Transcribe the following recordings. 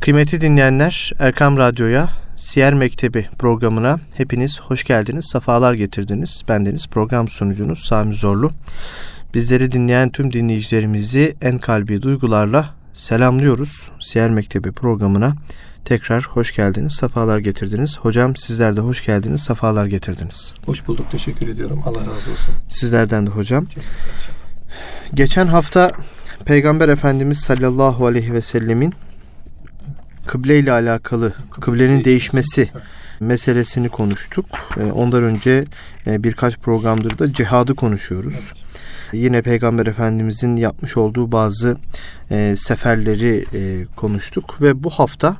Kıymetli dinleyenler, Erkam Radyo'ya, Siyer Mektebi programına hepiniz hoş geldiniz, sefalar getirdiniz. Bendeniz program sunucunuz Sami Zorlu. Bizleri dinleyen tüm dinleyicilerimizi en kalbi duygularla selamlıyoruz. Siyer Mektebi programına tekrar hoş geldiniz, sefalar getirdiniz. Hocam sizler de hoş geldiniz, sefalar getirdiniz. Hoş bulduk, teşekkür ediyorum. Allah razı olsun. Sizlerden de hocam. Geçen hafta Peygamber Efendimiz sallallahu aleyhi ve sellemin kıble ile alakalı, kıblenin değişmesi meselesini konuştuk. Ondan önce birkaç programdır da cihadı konuşuyoruz. Yine Peygamber Efendimizin yapmış olduğu bazı seferleri konuştuk ve bu hafta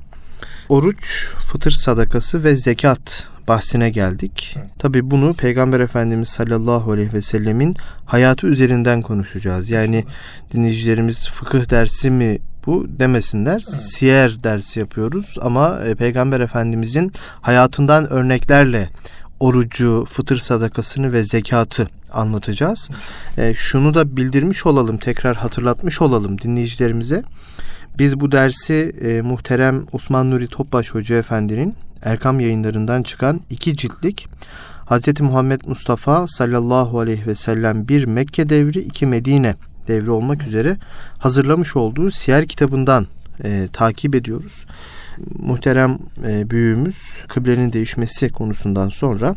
oruç, fıtır sadakası ve zekat bahsine geldik. Tabii bunu Peygamber Efendimiz sallallahu aleyhi ve sellemin hayatı üzerinden konuşacağız. Yani dinleyicilerimiz fıkıh dersi mi bu demesinler. Siyer dersi yapıyoruz ama Peygamber Efendimizin hayatından örneklerle orucu, fıtır sadakasını ve zekatı anlatacağız. Şunu da bildirmiş olalım, tekrar hatırlatmış olalım dinleyicilerimize. Biz bu dersi muhterem Osman Nuri Topbaş Hoca Efendi'nin Erkam Yayınlarından çıkan 2 ciltlik Hz. Muhammed Mustafa sallallahu aleyhi ve sellem 1 Mekke devri 2 Medine devri olmak üzere hazırlamış olduğu siyer kitabından takip ediyoruz. Muhterem büyüğümüz kıblenin değişmesi konusundan sonra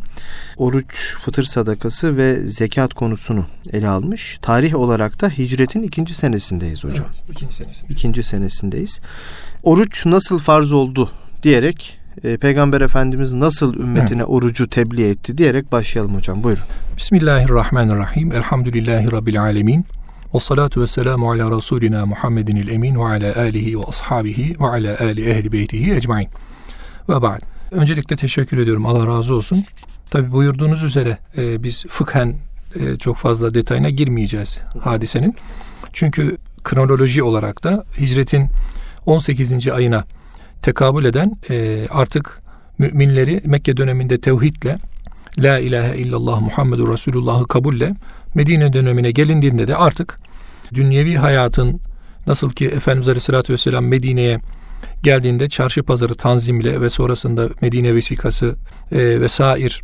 oruç, fıtır sadakası ve zekat konusunu ele almış. Tarih olarak da hicretin 2. senesindeyiz hocam. Evet, 2. senesindeyiz. Oruç nasıl farz oldu diyerek Peygamber Efendimiz nasıl ümmetine orucu tebliğ etti diyerek başlayalım hocam. Buyurun. Bismillahirrahmanirrahim. Elhamdülillahi Rabbil alemin. Ve salatu ve selamu ala Resulina Muhammedinil emin ve ala alihi ve ashabihi ve ala ali ehli beytihi ecmain. Ve ba'd. Öncelikle teşekkür ediyorum. Allah razı olsun. Tabi buyurduğunuz üzere biz fıkhen çok fazla detayına girmeyeceğiz hadisenin. Çünkü kronoloji olarak da hicretin 18. ayına tekabül eden artık müminleri Mekke döneminde tevhidle, La ilahe illallah Muhammedur Resulullah'ı kabulle Medine dönemine gelindiğinde de artık dünyevi hayatın nasıl ki Efendimiz Aleyhisselatü Vesselam Medine'ye geldiğinde çarşı pazarı tanzimiyle ve sonrasında Medine vesikası vesair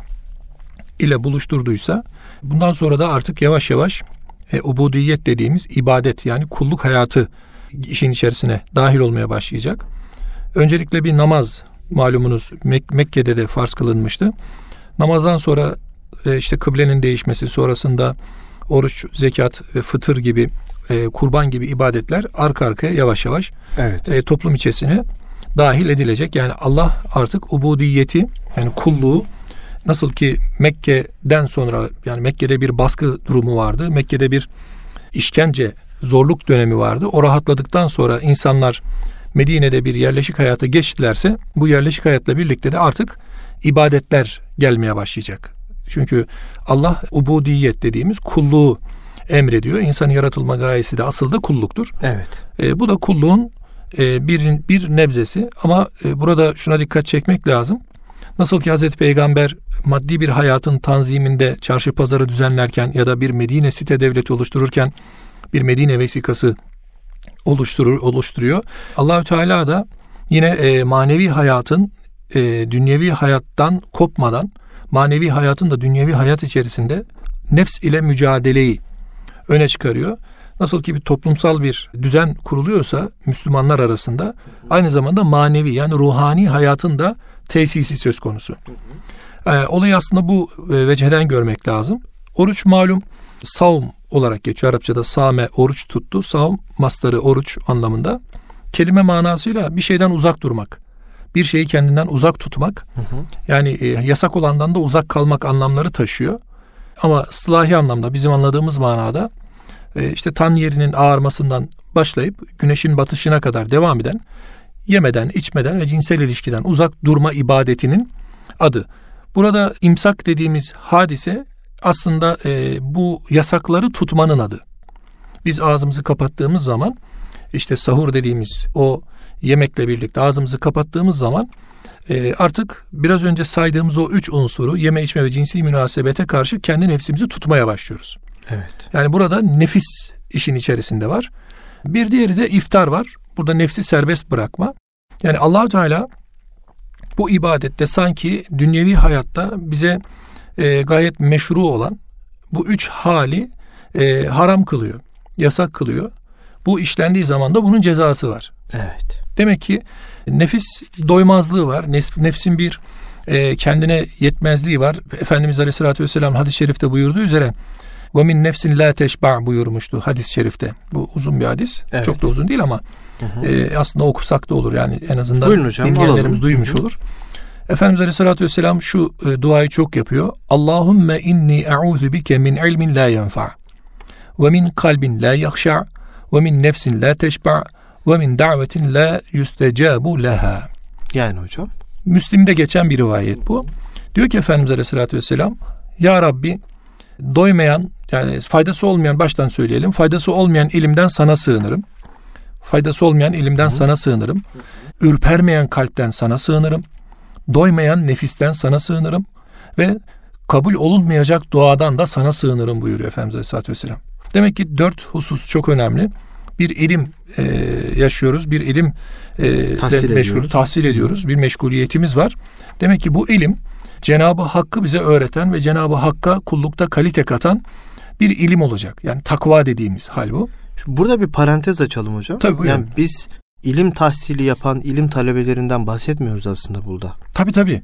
ile buluşturduysa bundan sonra da artık yavaş yavaş ubudiyet dediğimiz ibadet yani kulluk hayatı işin içerisine dahil olmaya başlayacak. Öncelikle bir namaz malumunuz Mekke'de de farz kılınmıştı. Namazdan sonra işte kıblenin değişmesi sonrasında oruç, zekat ve fıtır gibi kurban gibi ibadetler arka arkaya yavaş yavaş toplum içerisine dahil edilecek. Yani Allah artık ubudiyeti yani kulluğu nasıl ki Mekke'den sonra yani Mekke'de bir baskı durumu vardı. Mekke'de bir işkence, zorluk dönemi vardı. O rahatladıktan sonra insanlar Medine'de bir yerleşik hayata geçtilerse bu yerleşik hayatla birlikte de artık ibadetler gelmeye başlayacak. Çünkü Allah ubudiyet dediğimiz kulluğu emrediyor. İnsanın yaratılma gayesi de asıl da kulluktur. Evet. Bu da kulluğun bir nebzesi ama burada şuna dikkat çekmek lazım. Nasıl ki Hazreti Peygamber maddi bir hayatın tanziminde çarşı pazarı düzenlerken ya da bir Medine site devleti oluştururken bir Medine vesikası oluşturuyor. Allahü Teala da yine manevi hayatın dünyevi hayattan kopmadan manevi hayatın da dünyevi hayat içerisinde nefs ile mücadeleyi öne çıkarıyor. Nasıl ki bir toplumsal bir düzen kuruluyorsa Müslümanlar arasında aynı zamanda manevi yani ruhani hayatın da tesisi söz konusu. Olayı aslında bu vecheden görmek lazım. Oruç malum savm olarak geçiyor. Arapçada same oruç tuttu. Savm mastarı oruç anlamında. Kelime manasıyla bir şeyden uzak durmak. Bir şeyi kendinden uzak tutmak. Yani yasak olandan da uzak kalmak anlamları taşıyor. Ama ıslahi anlamda bizim anladığımız manada işte tan yerinin ağarmasından başlayıp güneşin batışına kadar devam eden yemeden, içmeden ve cinsel ilişkiden uzak durma ibadetinin adı. Burada imsak dediğimiz hadise aslında bu yasakları tutmanın adı. Biz ağzımızı kapattığımız zaman işte sahur dediğimiz o yemekle birlikte ağzımızı kapattığımız zaman artık biraz önce saydığımız o 3 unsuru yeme içme ve cinsi münasebete karşı kendi nefsimizi tutmaya başlıyoruz. Evet. Yani burada nefis işin içerisinde var. Bir diğeri de iftar var. Burada nefsi serbest bırakma. Yani Allah-u Teala bu ibadette sanki dünyevi hayatta bize gayet meşru olan bu 3 hali haram kılıyor, yasak kılıyor. Bu işlendiği zaman da bunun cezası var. Evet. Demek ki nefis doymazlığı var. Nefsin bir kendine yetmezliği var. Efendimiz Aleyhisselatü Vesselam hadis-i şerifte buyurduğu üzere وَمِنْ نَفْسٍ لَا تَشْبَعْ buyurmuştu hadis-i şerifte. Bu uzun bir hadis. Evet. Çok da uzun değil ama aslında okusak da olur. Yani en azından hocam, dinleyenlerimiz duymuş olur. Efendimiz Aleyhisselatü Vesselam şu duayı çok yapıyor. Allahümme inni e'udhu bike min ilmin la yenfa' ve min kalbin la yakhşa' ve min nefsin la teşba' ve min da'vetin la yustecabu leha. Yani hocam. Müslim'de geçen bir rivayet bu. Diyor ki Efendimiz Aleyhisselatü Vesselam, Ya Rabbi, doymayan, yani faydası olmayan, baştan söyleyelim, faydası olmayan ilimden sana sığınırım. Faydası olmayan ilimden sana sığınırım. Ürpermeyen kalpten sana sığınırım. Doymayan nefisten sana sığınırım. Ve kabul olunmayacak duadan da sana sığınırım buyuruyor Efendimiz Aleyhisselatü Vesselam. Demek ki 4 husus çok önemli. Bir ilim yaşıyoruz, bir ilim tahsil ediyoruz, bir meşguliyetimiz var. Demek ki bu ilim Cenab-ı Hakk'ı bize öğreten ve Cenab-ı Hakk'a kullukta kalite katan bir ilim olacak. Yani takva dediğimiz hal bu. Burada bir parantez açalım hocam. Tabii buyurun. Yani biz ilim tahsili yapan ilim talebelerinden bahsetmiyoruz aslında burada. Tabii.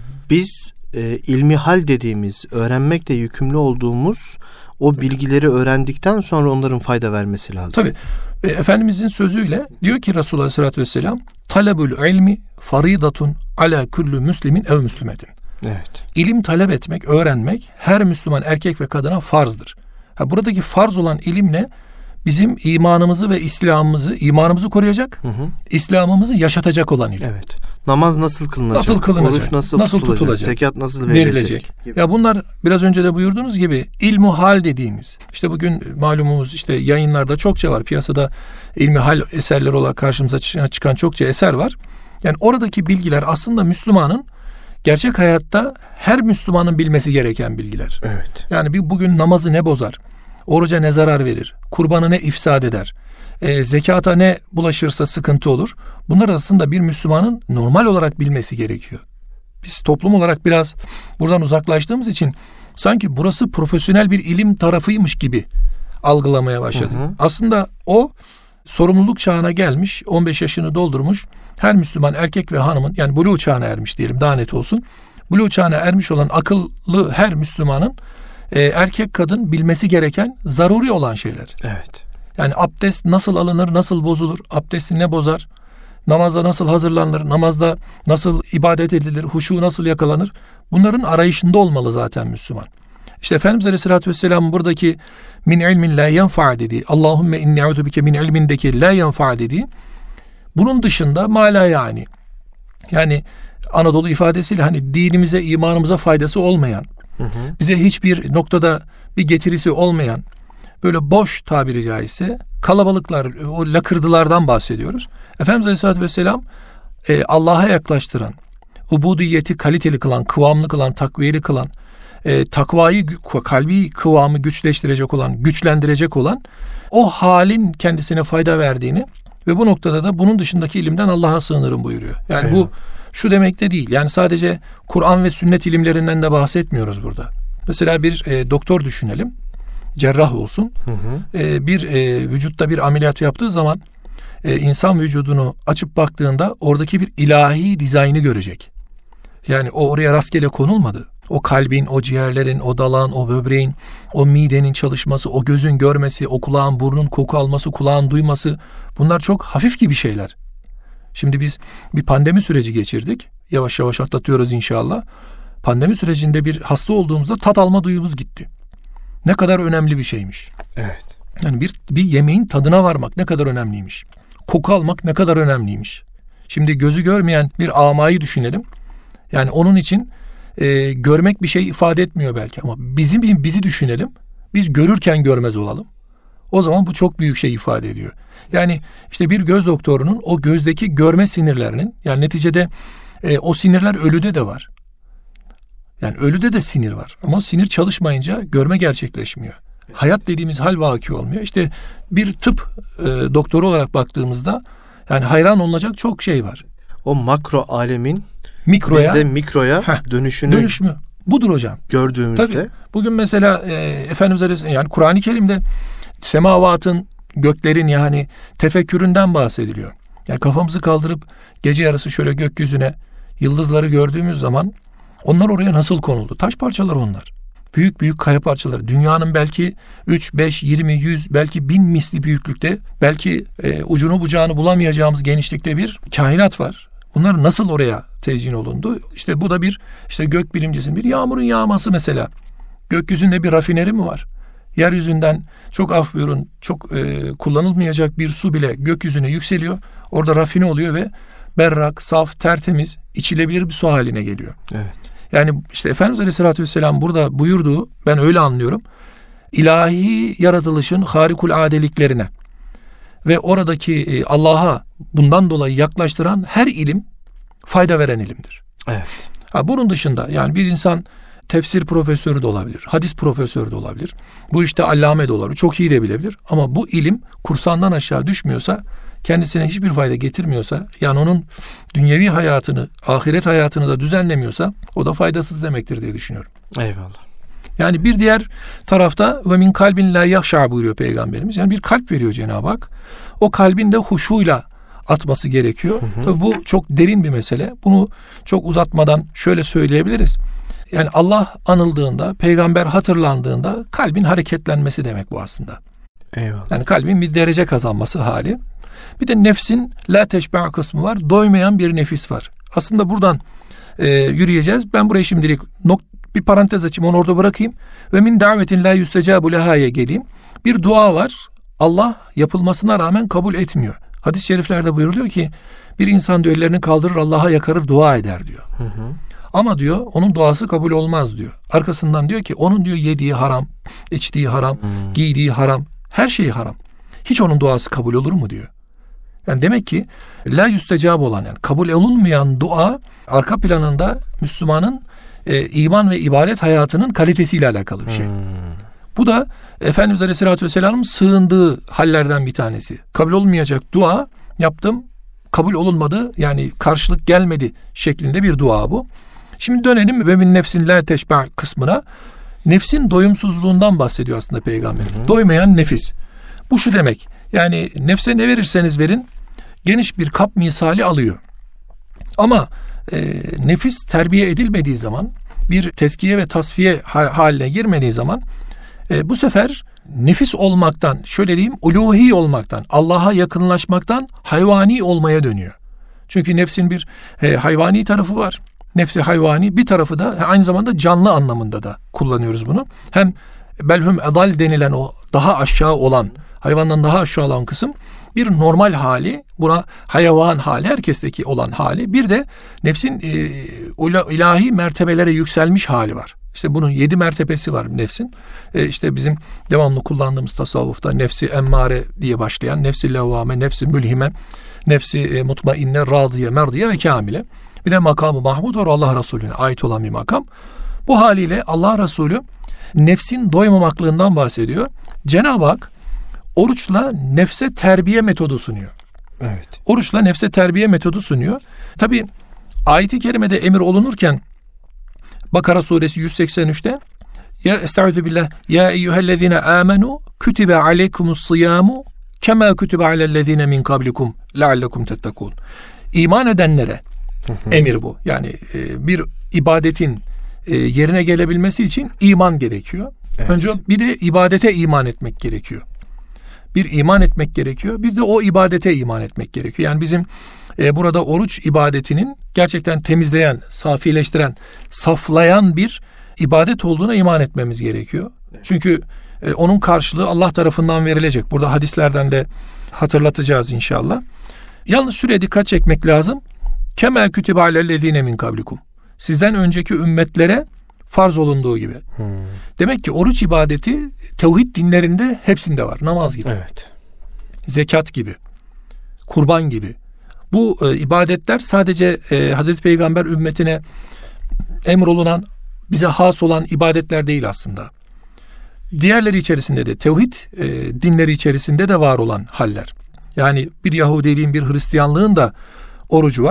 Biz ilmi hal dediğimiz, öğrenmekle yükümlü olduğumuz o bilgileri öğrendikten sonra onların fayda vermesi lazım. Tabii. Efendimizin sözüyle diyor ki Resulullah Aleyhisselatü Vesselam, talebül ilmi faridatun ala kullu müslimin ev müslümetin. Evet. İlim talep etmek, öğrenmek her Müslüman erkek ve kadına farzdır. Buradaki farz olan ilim ne? Bizim imanımızı ve imanımızı koruyacak, İslam'ımızı yaşatacak olan ilim. Evet. Namaz nasıl kılınacak? Oruç nasıl tutulacak? Zekat nasıl verilecek? Ya bunlar biraz önce de buyurduğunuz gibi ilmu hal dediğimiz. İşte bugün malumumuz işte yayınlarda çokça var. Piyasada ilmi hal eserleri olarak karşımıza çıkan çokça eser var. Yani oradaki bilgiler aslında Müslümanın gerçek hayatta her Müslümanın bilmesi gereken bilgiler. Evet. Yani bugün namazı ne bozar? Oruca ne zarar verir? Kurbanı ne ifsad eder? Zekata ne bulaşırsa sıkıntı olur? Bunlar aslında bir Müslümanın normal olarak bilmesi gerekiyor. Biz toplum olarak biraz buradan uzaklaştığımız için sanki burası profesyonel bir ilim tarafıymış gibi algılamaya başladık. Aslında o sorumluluk çağına gelmiş, 15 yaşını doldurmuş her Müslüman erkek ve hanımın, yani buluğ çağına ermiş diyelim, daha net olsun. Buluğ çağına ermiş olan akıllı her Müslümanın erkek kadın bilmesi gereken zaruri olan şeyler. Evet. Yani abdest nasıl alınır, nasıl bozulur, abdesti ne bozar, namaza nasıl hazırlanır, namazda nasıl ibadet edilir, huşu nasıl yakalanır, bunların arayışında olmalı zaten Müslüman. İşte Efendimiz Aleyhisselatü Vesselam buradaki min ilmin la yenfa dediği, Allahümme inni e'udhu bike min ilmindeki la yenfa dediği, bunun dışında mala yani Anadolu ifadesiyle hani dinimize, imanımıza faydası olmayan, bize hiçbir noktada bir getirisi olmayan, böyle boş, tabiri caizse kalabalıklar, o lakırdılardan bahsediyoruz. Efendimiz Aleyhisselatü Vesselam Allah'a yaklaştıran, ubudiyeti kaliteli kılan, kıvamlı kılan, takviyeli kılan, takvayı, kalbi kıvamı güçleştirecek olan, güçlendirecek olan o halin kendisine fayda verdiğini ve bu noktada da bunun dışındaki ilimden Allah'a sığınırım buyuruyor. Yani eyvallah. Bu şu demek de değil. Yani sadece Kur'an ve sünnet ilimlerinden de bahsetmiyoruz burada. Mesela bir doktor düşünelim. Cerrah olsun. Bir vücutta bir ameliyat yaptığı zaman insan vücudunu açıp baktığında oradaki bir ilahi dizaynı görecek. Yani o oraya rastgele konulmadı. O kalbin, o ciğerlerin, o dalağın, o böbreğin, o midenin çalışması, o gözün görmesi, o kulağın, burnun koku alması, kulağın duyması, bunlar çok hafif gibi şeyler. Şimdi biz bir pandemi süreci geçirdik. Yavaş yavaş atlatıyoruz inşallah. Pandemi sürecinde bir hasta olduğumuzda tat alma duyumuz gitti. Ne kadar önemli bir şeymiş. Evet. Yani bir yemeğin tadına varmak ne kadar önemliymiş. Koku almak ne kadar önemliymiş. Şimdi gözü görmeyen bir amayı düşünelim. Yani onun için görmek bir şey ifade etmiyor belki ama bizi düşünelim. Biz görürken görmez olalım. O zaman bu çok büyük şey ifade ediyor. Yani işte bir göz doktorunun o gözdeki görme sinirlerinin, yani neticede o sinirler ölüde de var. Yani ölüde de sinir var. Ama sinir çalışmayınca görme gerçekleşmiyor. Hayat dediğimiz hal vaki olmuyor. İşte bir tıp doktoru olarak baktığımızda yani hayran olunacak çok şey var. o makro alemin mikroya, bizde mikroya dönüşümü budur hocam. Gördüğümüzde. Tabii, bugün mesela Efendimiz Aleyhisselam, yani Kur'an-ı Kerim'de semavatın, göklerin yani tefekküründen bahsediliyor. Yani kafamızı kaldırıp gece yarısı şöyle gökyüzüne yıldızları gördüğümüz zaman onlar oraya nasıl konuldu? Taş parçaları onlar. Büyük büyük kaya parçaları. Dünyanın belki 3, 5, 20, 100 belki 1000 misli büyüklükte, belki ucunu bucağını bulamayacağımız genişlikte bir kainat var. Bunlar nasıl oraya tezyin olundu? İşte bu da bir gök bilimcisinin bir yağmurun yağması mesela. Gökyüzünde bir rafineri mi var? Yeryüzünden çok af buyurun, çok kullanılmayacak bir su bile gökyüzüne yükseliyor. Orada rafine oluyor ve berrak, saf, tertemiz, içilebilir bir su haline geliyor. Evet. Yani işte Efendimiz Aleyhisselatü Vesselam burada buyurduğu, ben öyle anlıyorum, ilahi yaratılışın harikuladdeliklerine ve oradaki Allah'a bundan dolayı yaklaştıran her ilim fayda veren ilimdir. Evet. Bunun dışında yani bir insan tefsir profesörü de olabilir, hadis profesörü de olabilir, bu işte allame de olabilir, çok iyi de bilebilir ama bu ilim kursandan aşağı düşmüyorsa, kendisine hiçbir fayda getirmiyorsa, yani onun dünyevi hayatını, ahiret hayatını da düzenlemiyorsa o da faydasız demektir diye düşünüyorum. Eyvallah. Yani bir diğer tarafta ve min kalbin la yahşa buyuruyor Peygamberimiz. Yani bir kalp veriyor Cenab-ı Hak. O kalbin de huşuyla atması gerekiyor. Tabii bu çok derin bir mesele. Bunu çok uzatmadan şöyle söyleyebiliriz. Yani Allah anıldığında, peygamber hatırlandığında kalbin hareketlenmesi demek bu aslında. Eyvallah. Yani kalbin bir derece kazanması hali. Bir de nefsin la teşba kısmı var. Doymayan bir nefis var. Aslında buradan yürüyeceğiz. Ben burayı şimdilik bir parantez açayım, onu orada bırakayım. Ve min davetin la yustecabu leha'ya geleyim. Bir dua var. Allah yapılmasına rağmen kabul etmiyor. Hadis-i şeriflerde buyuruluyor ki bir insan diyor ellerini kaldırır, Allah'a yakarır, dua eder diyor. Ama diyor onun duası kabul olmaz diyor. Arkasından diyor ki onun diyor yediği haram, içtiği haram, giydiği haram, her şeyi haram. Hiç onun duası kabul olur mu diyor. Yani demek ki la yüstecab olan, yani kabul olunmayan dua arka planında Müslümanın iman ve ibadet hayatının kalitesiyle alakalı bir şey. Bu da Efendimiz Aleyhisselatü Vesselam'ın sığındığı hallerden bir tanesi. Kabul olmayacak dua yaptım, kabul olunmadı, yani karşılık gelmedi şeklinde bir dua bu. Şimdi dönelim ve min nefsin la teşba kısmına. Nefsin doyumsuzluğundan bahsediyor aslında Peygamberimiz. Doymayan nefis. Bu şu demek. Yani nefse ne verirseniz verin geniş bir kap misali alıyor. Ama nefis terbiye edilmediği zaman, bir tezkiye ve tasfiye haline girmediği zaman bu sefer nefis olmaktan, şöyle diyeyim, uluhi olmaktan, Allah'a yakınlaşmaktan hayvani olmaya dönüyor. Çünkü nefsin bir hayvani tarafı var. Nefsi hayvani, bir tarafı da aynı zamanda canlı anlamında da kullanıyoruz bunu. Hem belhum edal denilen o daha aşağı olan, hayvandan daha aşağı olan kısım bir normal hali, buna hayvan hali, herkesteki olan hali. Bir de nefsin ilahi mertebelere yükselmiş hali var. İşte bunun 7 mertebesi var nefsin. İşte bizim devamlı kullandığımız tasavvufta nefsi emmare diye başlayan, nefsi levvame, nefsi mülhime, nefsi mutmainne, radiye, merdiye ve kamile. Bir de makamı Mahmud var, Allah Resulüne ait olan bir makam. Bu haliyle Allah Resulü nefsin doymamaklığından bahsediyor. Cenab-ı Hak oruçla nefse terbiye metodu sunuyor. Evet. Oruçla nefse terbiye metodu sunuyor. Tabi ayet-i kerimede emir olunurken Bakara suresi 183'te ya estaizu billah ya eyyühellezine amenu kütübe aleykumus-siyamu kema kütübe alellezine min kablikum leallekum tettekûn. İman edenlere emir bu. Yani bir ibadetin yerine gelebilmesi için iman gerekiyor. Evet. Önce bir de ibadete iman etmek gerekiyor. Bir iman etmek gerekiyor. Bir de o ibadete iman etmek gerekiyor. Yani bizim burada oruç ibadetinin gerçekten temizleyen, safileştiren, saflayan bir ibadet olduğuna iman etmemiz gerekiyor. Evet. Çünkü onun karşılığı Allah tarafından verilecek. Burada hadislerden de hatırlatacağız inşallah. Yalnız şuraya dikkat çekmek lazım. Kema kütübe alellezine min kablikum. Sizden önceki ümmetlere farz olunduğu gibi. Demek ki oruç ibadeti tevhid dinlerinde hepsinde var. Namaz gibi. Evet. Zekat gibi. Kurban gibi. Bu ibadetler sadece Hazreti Peygamber ümmetine emrolunan, bize has olan ibadetler değil aslında. Diğerleri içerisinde de tevhid dinleri içerisinde de var olan haller. Yani bir Yahudiliğin, bir Hristiyanlığın da orucu var.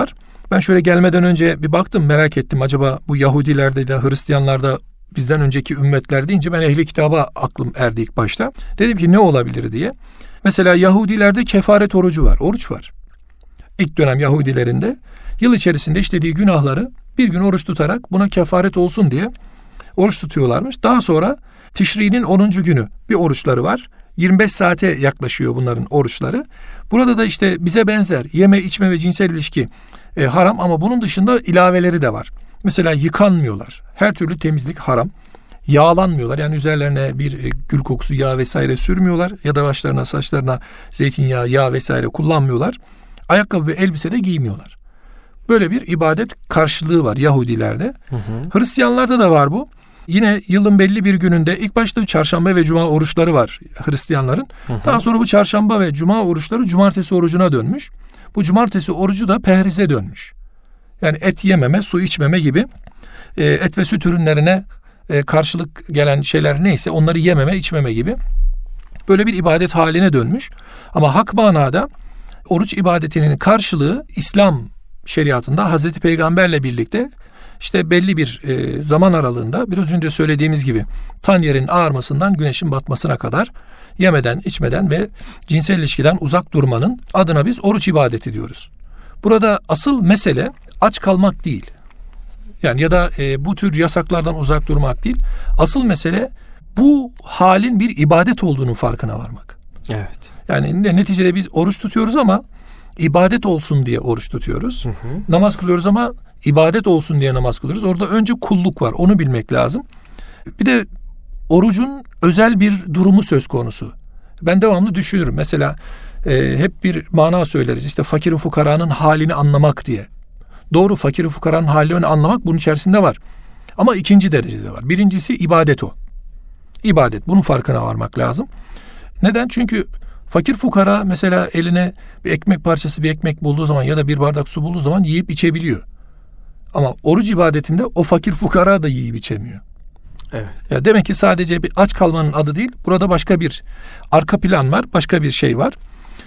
Ben şöyle gelmeden önce bir baktım, merak ettim. Acaba bu Yahudilerde de Hristiyanlarda bizden önceki ümmetler deyince ben ehli kitaba aklım erdi ilk başta. Dedim ki ne olabilir diye. Mesela Yahudilerde kefaret orucu var. Oruç var. İlk dönem Yahudilerinde yıl içerisinde işlediği günahları bir gün oruç tutarak buna kefaret olsun diye oruç tutuyorlarmış. Daha sonra Tişri'nin 10. günü bir oruçları var. 25 saate yaklaşıyor bunların oruçları. Burada da işte bize benzer yeme, içme ve cinsel ilişki haram ama bunun dışında ilaveleri de var. Mesela yıkanmıyorlar. Her türlü temizlik haram. Yağlanmıyorlar. Yani üzerlerine bir gül kokusu, yağ vesaire sürmüyorlar. Ya da başlarına, saçlarına zeytinyağı, yağ vesaire kullanmıyorlar. Ayakkabı ve elbise de giymiyorlar. Böyle bir ibadet karşılığı var Yahudilerde. Hristiyanlarda da var bu. Yine yılın belli bir gününde ilk başta çarşamba ve cuma oruçları var Hristiyanların. Daha sonra bu çarşamba ve cuma oruçları cumartesi orucuna dönmüş. Bu cumartesi orucu da pehrize dönmüş. Yani et yememe, su içmeme gibi et ve süt ürünlerine karşılık gelen şeyler neyse onları yememe, içmeme gibi böyle bir ibadet haline dönmüş. Ama hak manada oruç ibadetinin karşılığı İslam şeriatında Hazreti Peygamberle birlikte işte belli bir zaman aralığında biraz önce söylediğimiz gibi tan yerin ağarmasından güneşin batmasına kadar yemeden, içmeden ve cinsel ilişkiden uzak durmanın adına biz oruç ibadeti diyoruz. Burada asıl mesele aç kalmak değil. Yani ya da bu tür yasaklardan uzak durmak değil. Asıl mesele bu halin bir ibadet olduğunu farkına varmak. Evet. Yani neticede biz oruç tutuyoruz ama ibadet olsun diye oruç tutuyoruz. Namaz kılıyoruz ama ibadet olsun diye namaz kılıyoruz. Orada önce kulluk var. Onu bilmek lazım. Bir de orucun özel bir durumu söz konusu. Ben devamlı düşünürüm. Mesela hep bir mana söyleriz. İşte fakirin fukaranın halini anlamak diye. Doğru, fakirin fukaranın halini anlamak bunun içerisinde var. Ama ikinci derecede var. Birincisi ibadet o. İbadet. Bunun farkına varmak lazım. Neden? Çünkü fakir fukara mesela eline bir ekmek parçası, bir ekmek bulduğu zaman ya da bir bardak su bulduğu zaman yiyip içebiliyor. Ama oruç ibadetinde o fakir fukara da yiyip içemiyor. Evet. Ya demek ki sadece bir aç kalmanın adı değil, burada başka bir arka plan var, başka bir şey var.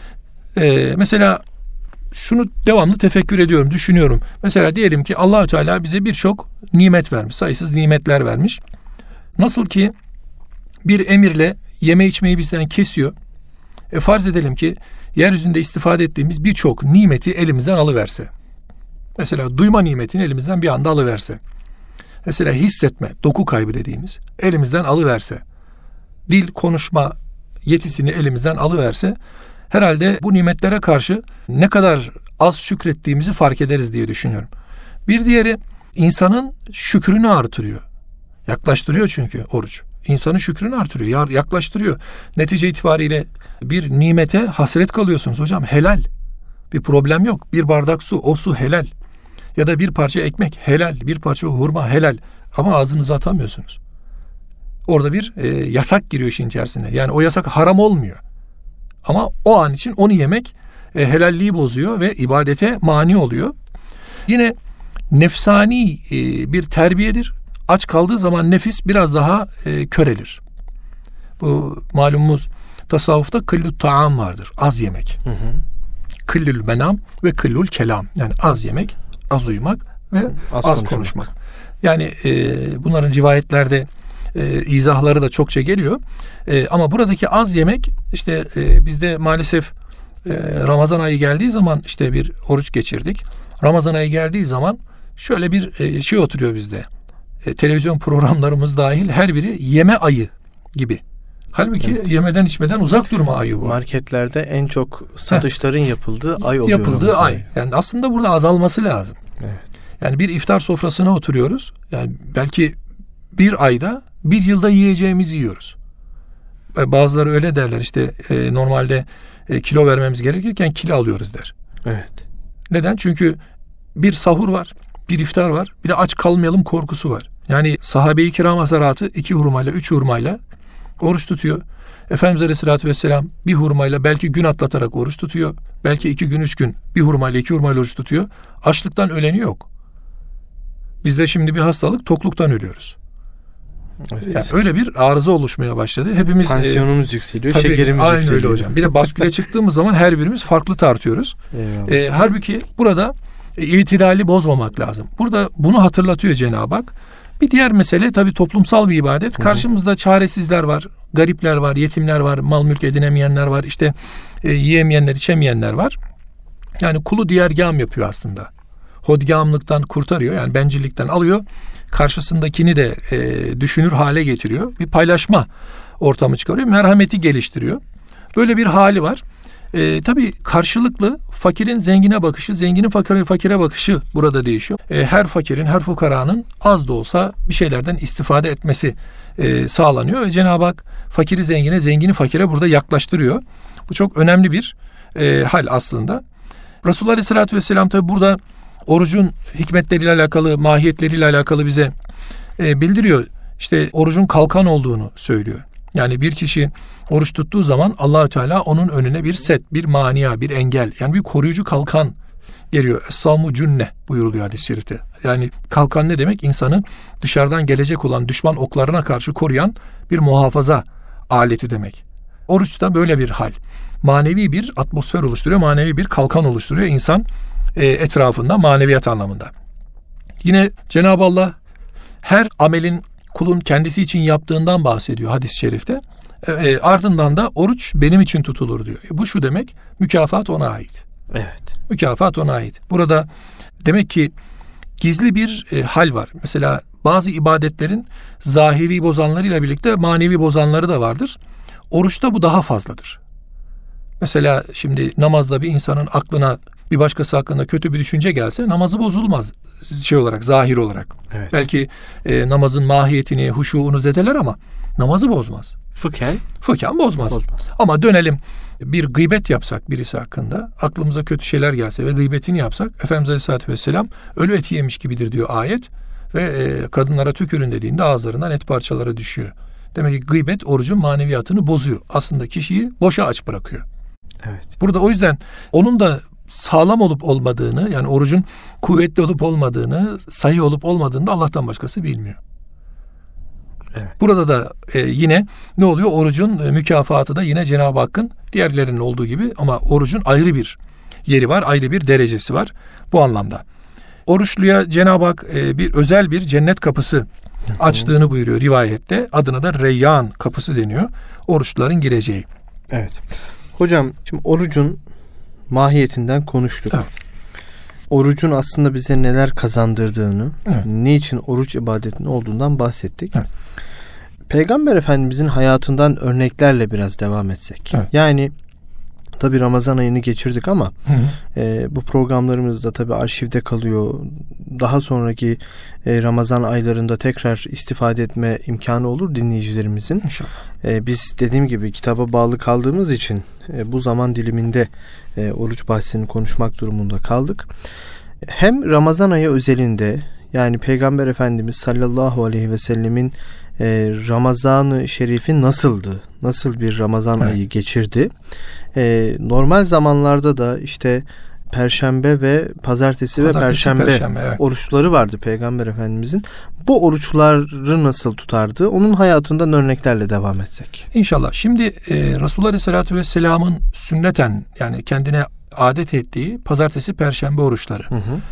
Mesela şunu devamlı tefekkür ediyorum, düşünüyorum. Mesela diyelim ki Allah-u Teala bize birçok nimet vermiş, sayısız nimetler vermiş. Nasıl ki bir emirle yeme içmeyi bizden kesiyor. Farz edelim ki yeryüzünde istifade ettiğimiz birçok nimeti elimizden alıverse. Mesela duyma nimetini elimizden bir anda alıverse. Mesela hissetme, doku kaybı dediğimiz elimizden alıverse. Dil, konuşma yetisini elimizden alıverse. Herhalde bu nimetlere karşı ne kadar az şükrettiğimizi fark ederiz diye düşünüyorum. Bir diğeri insanın şükrünü artırıyor. Yaklaştırıyor çünkü oruç. İnsanın şükrünü artırıyor, yaklaştırıyor. Netice itibariyle bir nimete hasret kalıyorsunuz hocam. Helal. Bir problem yok. Bir bardak su, o su helal. Ya da bir parça ekmek helal, bir parça hurma helal. Ama ağzınıza atamıyorsunuz. Orada bir yasak giriyor işin içerisine. Yani o yasak haram olmuyor. Ama o an için onu yemek helalliği bozuyor ve ibadete mani oluyor. Yine nefsani bir terbiyedir. Aç kaldığı zaman nefis biraz daha körelir. Bu malumumuz tasavvufta kıllü taam vardır. Az yemek. Kıllül menam ve kıllül kelam. Yani az yemek, az uyumak ve az konuşmak. Yani bunların rivayetlerde izahları da çokça geliyor. Ama buradaki az yemek işte bizde maalesef Ramazan ayı geldiği zaman işte bir oruç geçirdik. Ramazan ayı geldiği zaman şöyle bir şey oturuyor bizde. Televizyon programlarımız dahil her biri yeme ayı gibi. Halbuki evet, yemeden içmeden uzak durma ayı bu. Marketlerde en çok satışların yapıldığı ay oluyor. Yapıldığı ay. Yani aslında burada azalması lazım. Evet. Yani bir iftar sofrasına oturuyoruz. Yani belki bir ayda, bir yılda yiyeceğimizi yiyoruz. Bazıları öyle derler işte normalde kilo vermemiz gerekirken kilo alıyoruz der. Evet. Neden? Çünkü bir sahur var, bir iftar var, bir de aç kalmayalım korkusu var. Yani sahabe-i kiram hasaratı 2 hurmayla, 3 hurmayla oruç tutuyor. Efendimiz Aleyhisselatü Vesselam bir hurmayla belki gün atlatarak oruç tutuyor. Belki 2 gün, 3 gün bir hurmayla, 2 hurmayla oruç tutuyor. Açlıktan öleni yok. Bizde şimdi bir hastalık, tokluktan ölüyoruz. Evet. Yani öyle bir arıza oluşmaya başladı. Hepimiz tansiyonumuz yükseliyor, şekerimiz aynen yükseliyor. Öyle hocam. Bir de basküle çıktığımız zaman her birimiz farklı tartıyoruz. Halbuki burada itidali bozmamak lazım. Burada bunu hatırlatıyor Cenab-ı Hak. Bir diğer mesele tabii toplumsal bir ibadet. Karşımızda çaresizler var, garipler var, yetimler var, mal mülk edinemeyenler var, işte yiyemeyenler, içemeyenler var. Yani kulu diğergâm yapıyor aslında. Hodgâmlıktan kurtarıyor, yani bencillikten alıyor. Karşısındakini de düşünür hale getiriyor. Bir paylaşma ortamı çıkarıyor, merhameti geliştiriyor. Böyle bir hali var. Tabii karşılıklı fakirin zengine bakışı, zenginin fakire bakışı burada değişiyor. Her fakirin, her fukaranın az da olsa bir şeylerden istifade etmesi sağlanıyor ve Cenab-ı Hak fakiri zengine, zengini fakire burada yaklaştırıyor. Bu çok önemli bir hal aslında. Resulullah Aleyhisselatü Vesselam tabii burada orucun hikmetleriyle alakalı, mahiyetleriyle alakalı bize bildiriyor. İşte orucun kalkan olduğunu söylüyor. Yani bir kişi oruç tuttuğu zaman Allahü Teala onun önüne bir set, bir mania, bir engel, yani bir koruyucu kalkan geliyor. Es-savmu cünne buyuruluyor hadis-i şerifte. Yani kalkan ne demek? İnsanı dışarıdan gelecek olan düşman oklarına karşı koruyan bir muhafaza aleti demek. Oruç da böyle bir hal. Manevi bir atmosfer oluşturuyor, manevi bir kalkan oluşturuyor insan etrafında, maneviyat anlamında. Yine Cenab-ı Allah her amelin kulun kendisi için yaptığından bahsediyor hadis-i şerifte. Ardından da oruç benim için tutulur diyor. Bu şu demek, mükafat ona ait. Evet. Mükafat ona ait. Burada demek ki gizli bir hal var. Mesela bazı ibadetlerin zahiri bozanlarıyla birlikte manevi bozanları da vardır. Oruçta bu daha fazladır. Mesela şimdi namazda bir insanın aklına bir başkası hakkında kötü bir düşünce gelse namazı bozulmaz olarak, zahir olarak. Evet. Belki namazın mahiyetini, huşuğunu zedeler ama namazı bozmaz. Fıkhen bozmaz. Ama dönelim, bir gıybet yapsak birisi hakkında, aklımıza kötü şeyler gelse ve gıybetini yapsak, Efendimiz Aleyhisselatü Vesselam ölü eti yemiş gibidir diyor ayet ve kadınlara tükürün dediğinde ağızlarından et parçaları düşüyor. Demek ki gıybet orucun maneviyatını bozuyor. Aslında kişiyi boşa aç bırakıyor. Evet. Burada o yüzden onun da sağlam olup olmadığını, yani orucun kuvvetli olup olmadığını, sahih olup olmadığını da Allah'tan başkası bilmiyor. Evet. Burada da yine ne oluyor? Orucun mükafatı da yine Cenab-ı Hakk'ın diğerlerinin olduğu gibi, ama orucun ayrı bir yeri var, ayrı bir derecesi var bu anlamda. Oruçluya Cenab-ı Hak bir özel bir cennet kapısı açtığını buyuruyor rivayette. Adına da Reyyan kapısı deniyor. Oruçluların gireceği. Evet. Hocam şimdi orucun mahiyetinden konuştuk. Evet. Orucun aslında bize neler kazandırdığını, evet, niçin oruç ibadetinin olduğundan bahsettik. Evet. Peygamber Efendimizin hayatından örneklerle biraz devam etsek. Evet. Yani tabi Ramazan ayını geçirdik ama bu programlarımız da tabi arşivde kalıyor. Daha sonraki Ramazan aylarında tekrar istifade etme imkanı olur dinleyicilerimizin. İnşallah. Biz dediğim gibi kitaba bağlı kaldığımız için bu zaman diliminde oruç bahsini konuşmak durumunda kaldık. Hem Ramazan ayı özelinde, yani Peygamber Efendimiz sallallahu aleyhi ve sellemin Ramazan-ı Şerif'i nasıldı? Nasıl bir Ramazan ayı geçirdi? Normal zamanlarda da işte Perşembe ve Pazartesi ve Perşembe evet, oruçları vardı Peygamber Efendimizin. Bu oruçları nasıl tutardı? Onun hayatından örneklerle devam etsek. İnşallah. Şimdi Resulullah Aleyhisselatü Vesselam'ın sünneten, yani kendine adet ettiği Pazartesi, Perşembe oruçları.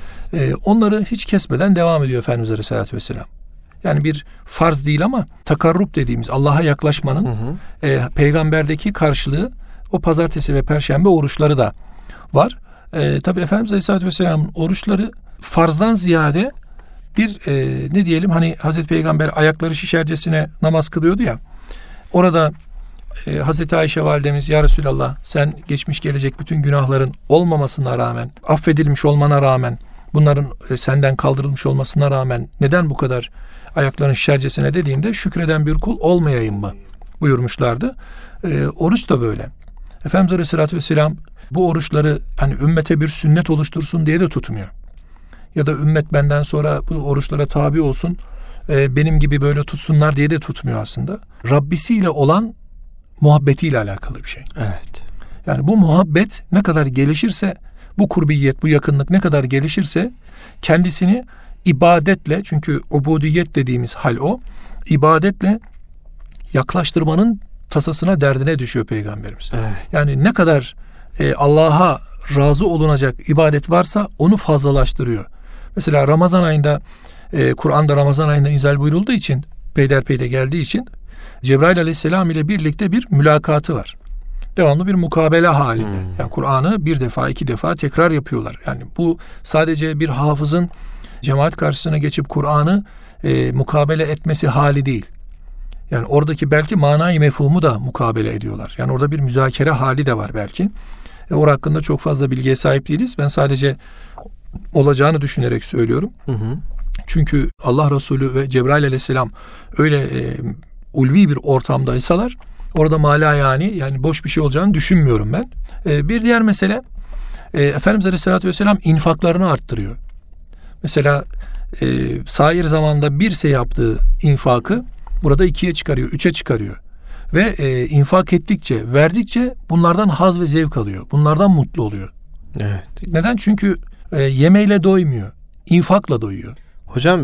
Onları hiç kesmeden devam ediyor Efendimiz Aleyhisselatü Vesselam. Yani bir farz değil ama takarrub dediğimiz Allah'a yaklaşmanın peygamberdeki karşılığı o Pazartesi ve Perşembe oruçları da var. Tabi Efendimiz Aleyhisselatü Vesselam'ın oruçları farzdan ziyade bir ne diyelim, hani Hazreti Peygamber ayakları şişercesine namaz kılıyordu ya, orada Hazreti Ayşe validemiz, ya Resulallah, sen geçmiş gelecek bütün günahların olmamasına rağmen, affedilmiş olmana rağmen, bunların senden kaldırılmış olmasına rağmen neden bu kadar ayakların şişercesine dediğinde, şükreden bir kul olmayayım mı buyurmuşlardı. Oruç da böyle. Efendimiz Aleyhisselatü Vesselam bu oruçları hani ümmete bir sünnet oluştursun diye de tutmuyor. Ya da ümmet benden sonra bu oruçlara tabi olsun, benim gibi böyle tutsunlar diye de tutmuyor aslında. Rabbisiyle olan muhabbetiyle alakalı bir şey. Evet. Yani bu muhabbet ne kadar gelişirse, bu kurbiyet, bu yakınlık ne kadar gelişirse kendisini ibadetle, çünkü ubudiyet dediğimiz hal o, ibadetle yaklaştırmanın tasasına, derdine düşüyor Peygamberimiz. Evet. Yani ne kadar Allah'a razı olunacak ibadet varsa onu fazlalaştırıyor. Mesela Ramazan ayında, Kur'an'da Ramazan ayında inzal buyurulduğu için, peyderpeyde geldiği için Cebrail aleyhisselam ile birlikte bir mülakatı var. Devamlı bir mukabele halinde. Yani Kur'an'ı bir defa, iki defa tekrar yapıyorlar. Yani bu sadece bir hafızın cemaat karşısına geçip Kur'an'ı mukabele etmesi hali değil. Yani oradaki belki manayı mefhumu da mukabele ediyorlar. Yani orada bir müzakere hali de var belki. Orada hakkında çok fazla bilgiye sahip değiliz. Ben sadece olacağını düşünerek söylüyorum. Çünkü Allah Resulü ve Cebrail aleyhisselam öyle ulvi bir ortamdaysalar orada mala yani boş bir şey olacağını düşünmüyorum ben. Bir diğer mesele, Efendimiz Aleyhisselatü Vesselam infaklarını arttırıyor. Mesela sair zamanda birse yaptığı infakı burada 2'ye çıkarıyor, 3'e çıkarıyor. Ve infak ettikçe, verdikçe bunlardan haz ve zevk alıyor. Bunlardan mutlu oluyor. Evet. Neden? Çünkü yemeyle doymuyor. İnfakla doyuyor. Hocam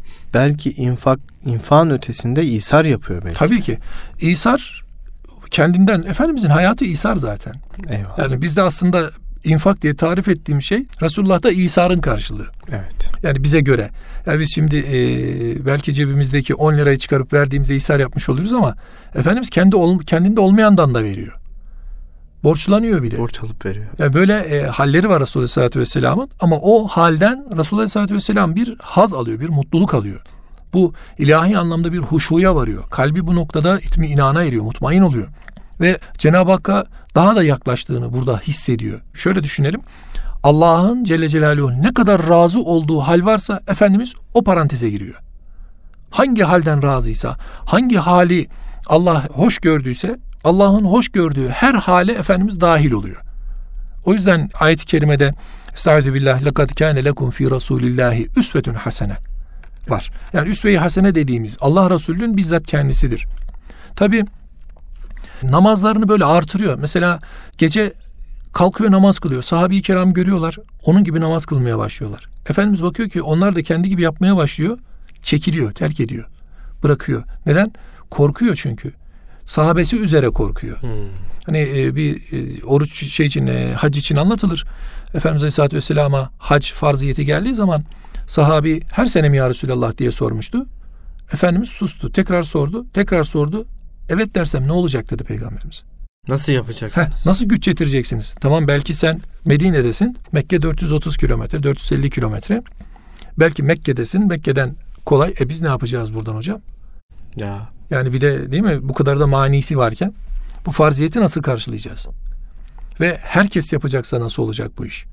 belki infakın ötesinde İsar yapıyor belki. Tabii ki. İsar kendinden, Efendimizin hayatı İsar zaten. Eyvallah. Yani bizde aslında infak diye tarif ettiğim şey Resulullah'ta İsar'ın karşılığı. Evet. Yani bize göre. Yani biz şimdi belki cebimizdeki 10 lirayı çıkarıp verdiğimizde İsar yapmış oluruz ama Efendimiz kendinde olmayandan da veriyor. Borçlanıyor bir de. Borç alıp veriyor. Yani böyle halleri var Resulullah Aleyhisselatü Vesselam'ın ama o halden Resulullah Aleyhisselatü Vesselam bir haz alıyor, bir mutluluk alıyor. Bu ilahi anlamda bir huşuya varıyor. Kalbi bu noktada itminana eriyor, mutmain oluyor. Ve Cenab-ı Hakk'a daha da yaklaştığını burada hissediyor. Şöyle düşünelim. Allah'ın Celle Celaluhu ne kadar razı olduğu hal varsa Efendimiz o paranteze giriyor. Hangi halden razıysa, hangi hali Allah hoş gördüyse Allah'ın hoş gördüğü her hale Efendimiz dahil oluyor. O yüzden ayet-i kerimede Estaizu billah lekad kâne lekum fî rasûlillâhi üsvetun hasene var. Yani üsve-i hasene dediğimiz Allah Resulü'nün bizzat kendisidir. Tabi namazlarını böyle artırıyor. Mesela gece kalkıyor namaz kılıyor. Sahabe-i kiram görüyorlar. Onun gibi namaz kılmaya başlıyorlar. Efendimiz bakıyor ki onlar da kendi gibi yapmaya başlıyor. Çekiliyor, terk ediyor. Bırakıyor. Neden? Korkuyor çünkü. Sahabesi üzere korkuyor. Hani bir oruç hac için anlatılır. Efendimiz Aleyhisselatü Vesselam'a hac farziyeti geldiği zaman sahabi her sene mi ya Resulallah diye sormuştu. Efendimiz sustu. Tekrar sordu. Evet dersem ne olacak dedi Peygamberimiz. Nasıl yapacaksınız? Nasıl güç getireceksiniz? Tamam belki sen Medine'desin. Mekke 430 kilometre, 450 kilometre. Belki Mekke'desin. Mekke'den kolay. Biz ne yapacağız buradan hocam? Ya. Yani bir de değil mi bu kadar da manisi varken bu farziyeti nasıl karşılayacağız? Ve herkes yapacaksa nasıl olacak bu iş?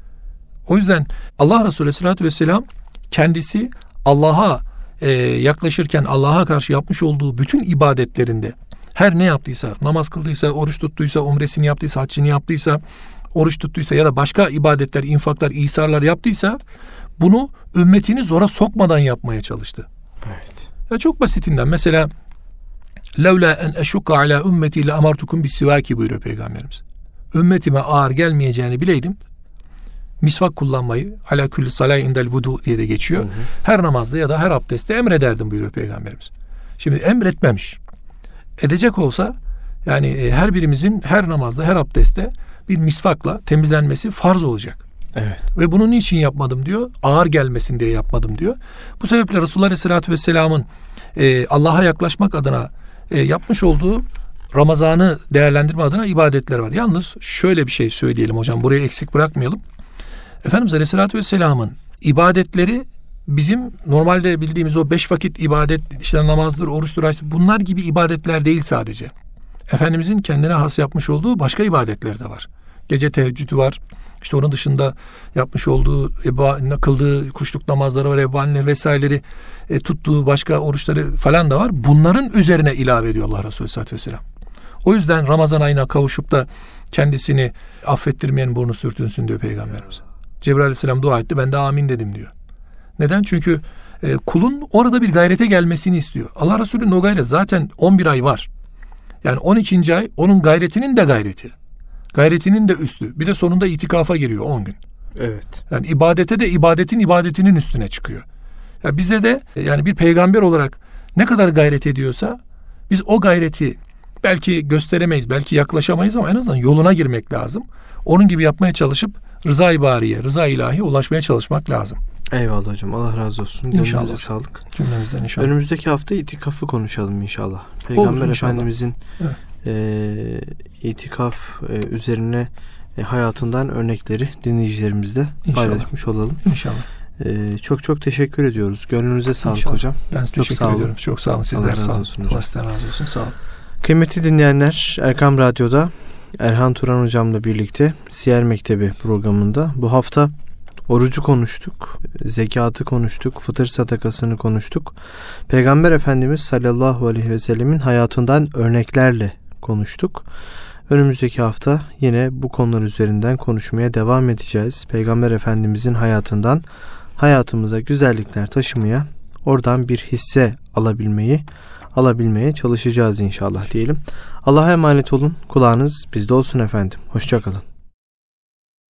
O yüzden Allah Resulü Aleyhisselatü Vesselam kendisi Allah'a yaklaşırken Allah'a karşı yapmış olduğu bütün ibadetlerinde her ne yaptıysa, namaz kıldıysa, oruç tuttuysa, umresini yaptıysa, haccını yaptıysa, oruç tuttuysa ya da başka ibadetler, infaklar, İsarlar yaptıysa bunu ümmetini zora sokmadan yapmaya çalıştı. Evet. Ya çok basitinden mesela levla en eşukka ala ümmeti le amartukum bis sivaki buyuruyor Peygamberimiz. Ümmetime ağır gelmeyeceğini bileydim. Misvak kullanmayı ala külli salâ indel vudu diye de geçiyor. Her namazda ya da her abdestte emrederdim buyuruyor Peygamberimiz. Şimdi emretmemiş. Edecek olsa yani her birimizin her namazda her abdestte bir misvakla temizlenmesi farz olacak. Evet. Ve bunu niçin yapmadım diyor? Ağır gelmesin diye yapmadım diyor. Bu sebeple Resulullah Aleyhisselatü Vesselam'ın Allah'a yaklaşmak adına yapmış olduğu Ramazan'ı değerlendirme adına ibadetler var. Yalnız şöyle bir şey söyleyelim hocam. Burayı eksik bırakmayalım. Efendimiz Aleyhisselatü Vesselam'ın ibadetleri bizim normalde bildiğimiz o 5 vakit ibadet, işte namazdır, oruçtur, haçtır, bunlar gibi ibadetler değil sadece. Efendimizin kendine has yapmış olduğu başka ibadetler de var. Gece teheccüdü var. İşte onun dışında yapmış olduğu, kıldığı kuşluk namazları var, ebaneler vesaireleri, tuttuğu başka oruçları falan da var. Bunların üzerine ilave ediyor Allah Resulü Aleyhisselatü Vesselam. O yüzden Ramazan ayına kavuşup da kendisini affettirmeyen burnu sürtünsün diyor Peygamberimiz. Cebrail Aleyhisselam dua etti, ben de amin dedim diyor. Neden? Çünkü kulun orada bir gayrete gelmesini istiyor. Allah Resulü'nün o gayret zaten 11 ay var. Yani 12. ay onun gayretinin de gayreti. Gayretinin de üstü. Bir de sonunda itikafa giriyor 10 gün. Evet. Yani ibadete de ibadetinin üstüne çıkıyor. Ya bize de yani bir peygamber olarak ne kadar gayret ediyorsa biz o gayreti belki gösteremeyiz, belki yaklaşamayız ama en azından yoluna girmek lazım. Onun gibi yapmaya çalışıp rıza-i bariye, rıza-i ilahiye ulaşmaya çalışmak lazım. Eyvallah hocam. Allah razı olsun. İnşallah. Gönlünüze sağlık. Cümlemizden inşallah. Önümüzdeki hafta itikafı konuşalım inşallah. Peygamber inşallah. Efendimizin itikaf üzerine hayatından örnekleri dinleyicilerimizle paylaşmış olalım. İnşallah. Çok çok teşekkür ediyoruz. Gönlünüze sağlık İnşallah. hocam. Ben çok teşekkür ediyorum. Çok sağ olun. Sizler sağ olun. Allah sizden razı olsun. Sağ olun. Kıymetli dinleyenler, Erkam Radyo'da Erhan Turan hocamla birlikte Siyer Mektebi programında bu hafta orucu konuştuk, zekatı konuştuk, fıtır sadakasını konuştuk. Peygamber Efendimiz sallallahu aleyhi ve sellemin hayatından örneklerle konuştuk. Önümüzdeki hafta yine bu konular üzerinden konuşmaya devam edeceğiz. Peygamber Efendimizin hayatından hayatımıza güzellikler taşımaya, oradan bir hisse alabilmeye çalışacağız inşallah diyelim. Allah'a emanet olun. Kulağınız bizde olsun efendim. Hoşça kalın.